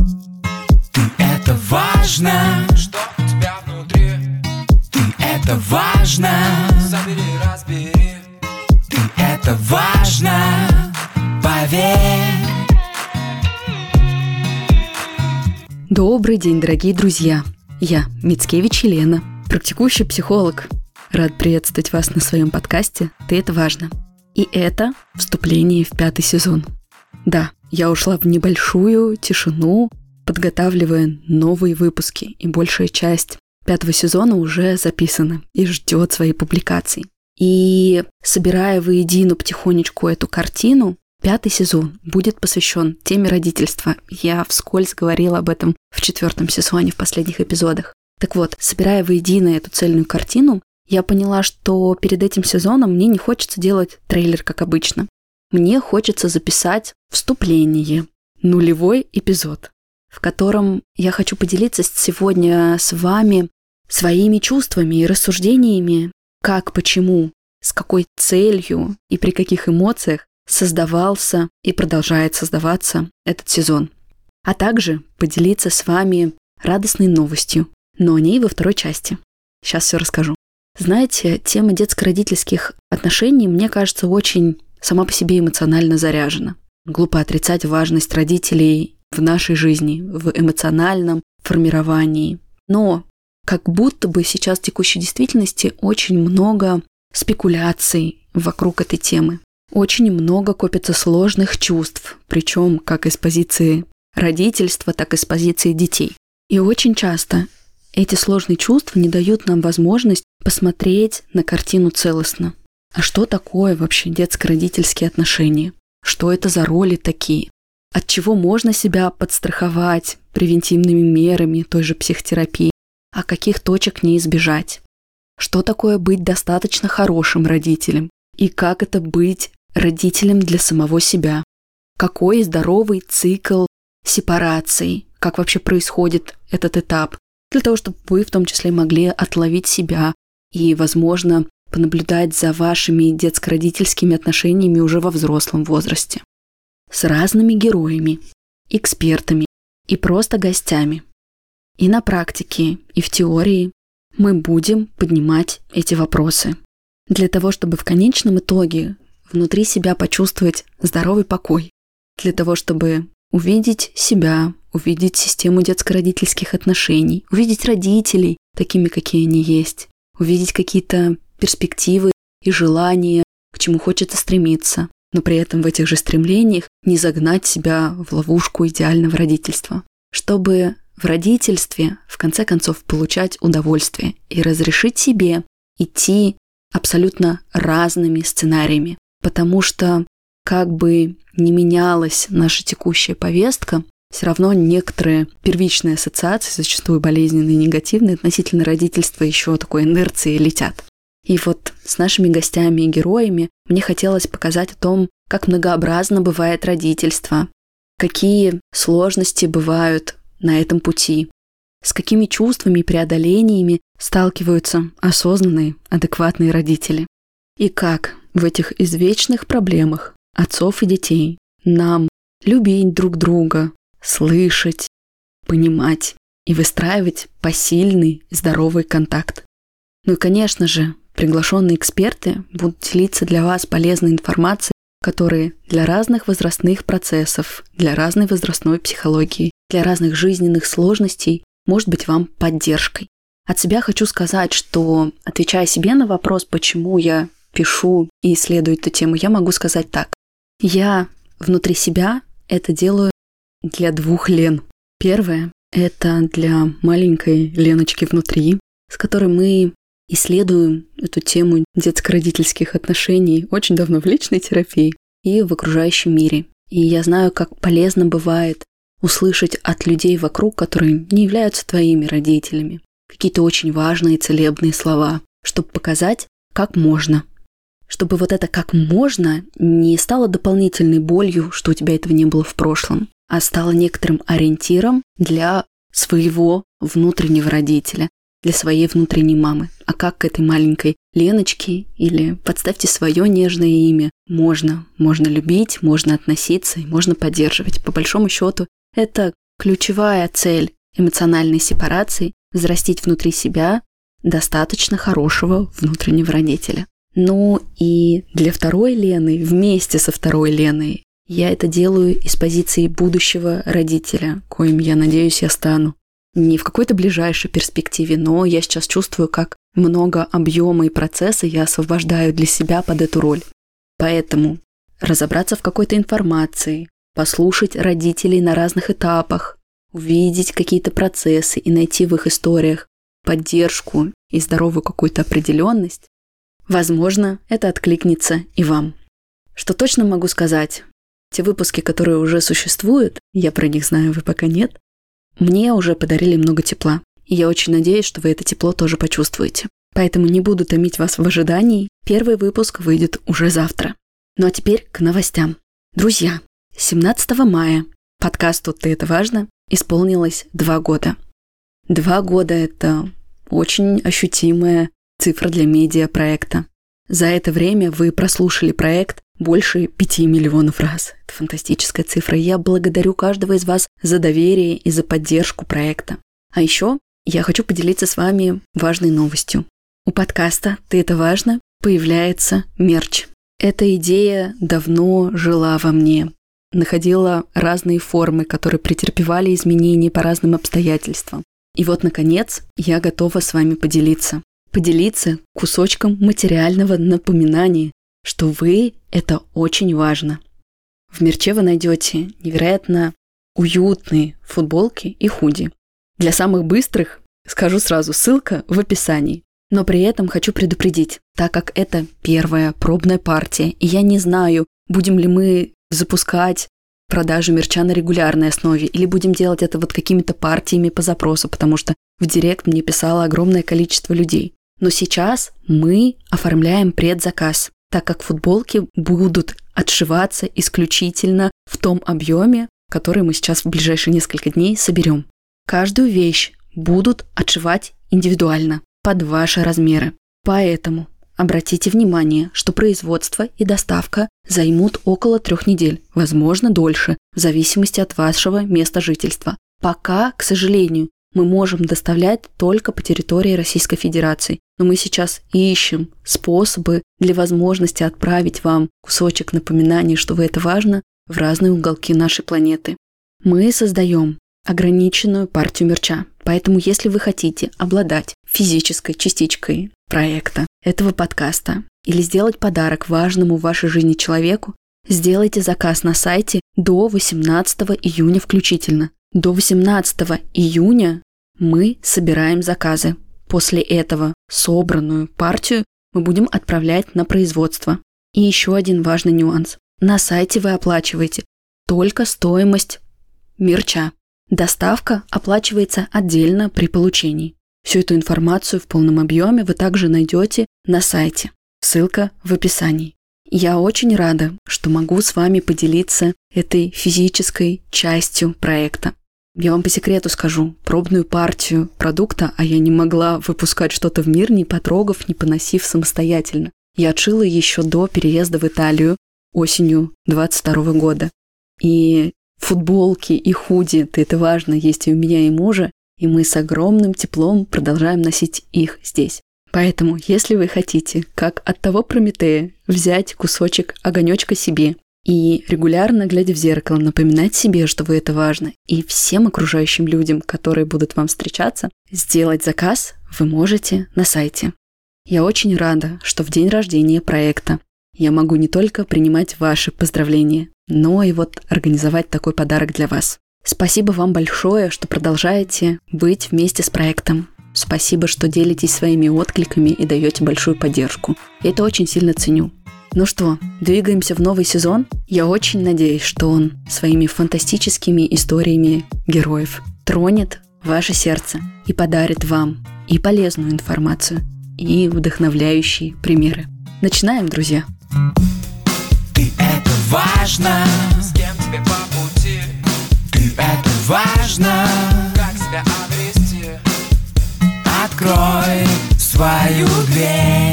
Ты — это важно, что у тебя внутри. Ты — это важно, забери, разбери. Ты — это важно, поверь. Добрый день, дорогие друзья! Я Мицкевич Елена, практикующий психолог. Рад приветствовать вас на своем подкасте «Ты — это важно». И это вступление в 5-й сезон. Да, я ушла в небольшую тишину, подготавливая новые выпуски, и большая часть 5-го сезона уже записана и ждет своей публикации. И собирая воедино потихонечку эту картину, 5-й сезон будет посвящен теме родительства. Я вскользь говорила об этом в 4-м сезоне, в последних эпизодах. Так вот, собирая воедино эту цельную картину, я поняла, что перед этим сезоном мне не хочется делать трейлер, как обычно. Мне хочется записать вступление, нулевой эпизод, в котором я хочу поделиться сегодня с вами своими чувствами и рассуждениями, как, почему, с какой целью и при каких эмоциях создавался и продолжает создаваться этот сезон. А также поделиться с вами радостной новостью, но о ней во второй части. Сейчас все расскажу. Знаете, тема детско-родительских отношений, мне кажется, очень сама по себе эмоционально заряжена. Глупо отрицать важность родителей в нашей жизни, в эмоциональном формировании. Но как будто бы сейчас в текущей действительности очень много спекуляций вокруг этой темы. Очень много копится сложных чувств, причем как из позиции родительства, так и с позиции детей. И очень часто эти сложные чувства не дают нам возможность посмотреть на картину целостно. А что такое вообще детско-родительские отношения? Что это за роли такие? От чего можно себя подстраховать превентивными мерами той же психотерапии? А каких точек не избежать? Что такое быть достаточно хорошим родителем? И как это быть родителем для самого себя? Какой здоровый цикл сепарации? Как вообще происходит этот этап? Для того, чтобы вы в том числе могли отловить себя и, возможно, понаблюдать за вашими детско-родительскими отношениями уже во взрослом возрасте. С разными героями, экспертами и просто гостями. И на практике, и в теории мы будем поднимать эти вопросы. Для того, чтобы в конечном итоге внутри себя почувствовать здоровый покой. Для того, чтобы увидеть себя, увидеть систему детско-родительских отношений, увидеть родителей такими, какие они есть, увидеть какие-то перспективы и желания, к чему хочется стремиться, но при этом в этих же стремлениях не загнать себя в ловушку идеального родительства. Чтобы в родительстве, в конце концов, получать удовольствие и разрешить себе идти абсолютно разными сценариями. Потому что, как бы ни менялась наша текущая повестка, все равно некоторые первичные ассоциации, зачастую болезненные и негативные, относительно родительства еще такой инерции летят. И вот с нашими гостями и героями мне хотелось показать о том, как многообразно бывает родительство, какие сложности бывают на этом пути, с какими чувствами и преодолениями сталкиваются осознанные, адекватные родители. И как в этих извечных проблемах отцов и детей нам любить друг друга, слышать, понимать и выстраивать посильный, здоровый контакт. Ну и, конечно же, приглашенные эксперты будут делиться для вас полезной информацией, которая для разных возрастных процессов, для разной возрастной психологии, для разных жизненных сложностей может быть вам поддержкой. От себя хочу сказать, что, отвечая себе на вопрос, почему я пишу и исследую эту тему, я могу сказать так. Я внутри себя это делаю для 2 Лен. Первое – это для маленькой Леночки внутри, с которой мы исследуем эту тему детско-родительских отношений очень давно в личной терапии и в окружающем мире. И я знаю, как полезно бывает услышать от людей вокруг, которые не являются твоими родителями, какие-то очень важные целебные слова, чтобы показать, как можно. Чтобы вот это «как можно» не стало дополнительной болью, что у тебя этого не было в прошлом, а стало некоторым ориентиром для своего внутреннего родителя, для своей внутренней мамы. А как к этой маленькой Леночке или подставьте свое нежное имя можно любить, можно относиться и можно поддерживать. По большому счету, это Ключевая цель эмоциональной сепарации – взрастить внутри себя достаточно хорошего внутреннего родителя. Ну и для второй Лены, вместе со второй Леной, я это делаю из позиции будущего родителя, коим, я надеюсь, я стану. Не в какой-то ближайшей перспективе, но я сейчас чувствую, как много объема и процесса я освобождаю для себя под эту роль. Поэтому разобраться в какой-то информации, послушать родителей на разных этапах, увидеть какие-то процессы и найти в их историях поддержку и здоровую какую-то определенность, возможно, это откликнется и вам. Что точно могу сказать, те выпуски, которые уже существуют, я про них знаю, вы пока нет, мне уже подарили много тепла, и я очень надеюсь, что вы это тепло тоже почувствуете. Поэтому не буду томить вас в ожидании, первый выпуск выйдет уже завтра. Ну а теперь к новостям. Друзья, 17 мая подкасту «Ты это важно» исполнилось 2 года. 2 года – это очень ощутимая цифра для медиапроекта. За это время вы прослушали проект больше 5 миллионов раз. Это фантастическая цифра. Я благодарю каждого из вас за доверие и за поддержку проекта. А еще я хочу поделиться с вами важной новостью. У подкаста «Ты это важно» появляется мерч. Эта идея давно жила во мне, находила разные формы, которые претерпевали изменения по разным обстоятельствам. И вот, наконец, я готова с вами поделиться. Поделиться кусочком материального напоминания, что вы – это очень важно. В мерче вы найдете невероятно уютные футболки и худи. Для самых быстрых, скажу сразу, ссылка в описании. Но при этом хочу предупредить, так как это первая пробная партия, и я не знаю, будем ли мы запускать продажу мерча на регулярной основе, или будем делать это вот какими-то партиями по запросу, потому что в директ мне писало огромное количество людей. Но сейчас мы оформляем предзаказ, так как футболки будут отшиваться исключительно в том объеме, который мы сейчас в ближайшие несколько дней соберем. Каждую вещь будут отшивать индивидуально, под ваши размеры. Поэтому обратите внимание, что производство и доставка займут около 3 недель, возможно, дольше, в зависимости от вашего места жительства. Пока, к сожалению, мы можем доставлять только по территории Российской Федерации, но мы сейчас ищем способы для возможности отправить вам кусочек напоминания, что вы это важно, в разные уголки нашей планеты. Мы создаем ограниченную партию мерча, поэтому если вы хотите обладать физической частичкой проекта, этого подкаста, или сделать подарок важному в вашей жизни человеку, сделайте заказ на сайте до 18 июня включительно. До 18 июня мы собираем заказы. После этого собранную партию мы будем отправлять на производство. И еще один важный нюанс. На сайте вы оплачиваете только стоимость мерча. Доставка оплачивается отдельно при получении. Всю эту информацию в полном объеме вы также найдете на сайте. Ссылка в описании. Я очень рада, что могу с вами поделиться этой физической частью проекта. Я вам по секрету скажу, пробную партию продукта, а я не могла выпускать что-то в мир, не потрогав, не поносив самостоятельно. Я отшила еще до переезда в Италию осенью 22 года. И футболки и худи, это важно, есть и у меня, и мужа, и мы с огромным теплом продолжаем носить их здесь. Поэтому, если вы хотите, как от того Прометея, взять кусочек огонечка себе и регулярно, глядя в зеркало, напоминать себе, что вы это важно, и всем окружающим людям, которые будут вам встречаться, сделать заказ вы можете на сайте. Я очень рада, что в день рождения проекта я могу не только принимать ваши поздравления, но и вот организовать такой подарок для вас. Спасибо вам большое, что продолжаете быть вместе с проектом. Спасибо, что делитесь своими откликами и даете большую поддержку. Я это очень сильно ценю. Ну что, двигаемся в новый сезон? Я очень надеюсь, что он своими фантастическими историями героев тронет ваше сердце и подарит вам и полезную информацию, и вдохновляющие примеры. Начинаем, друзья! Ты это важно, с кем тебе по пути. Ты это важно, как себя обрести. Открой свою дверь.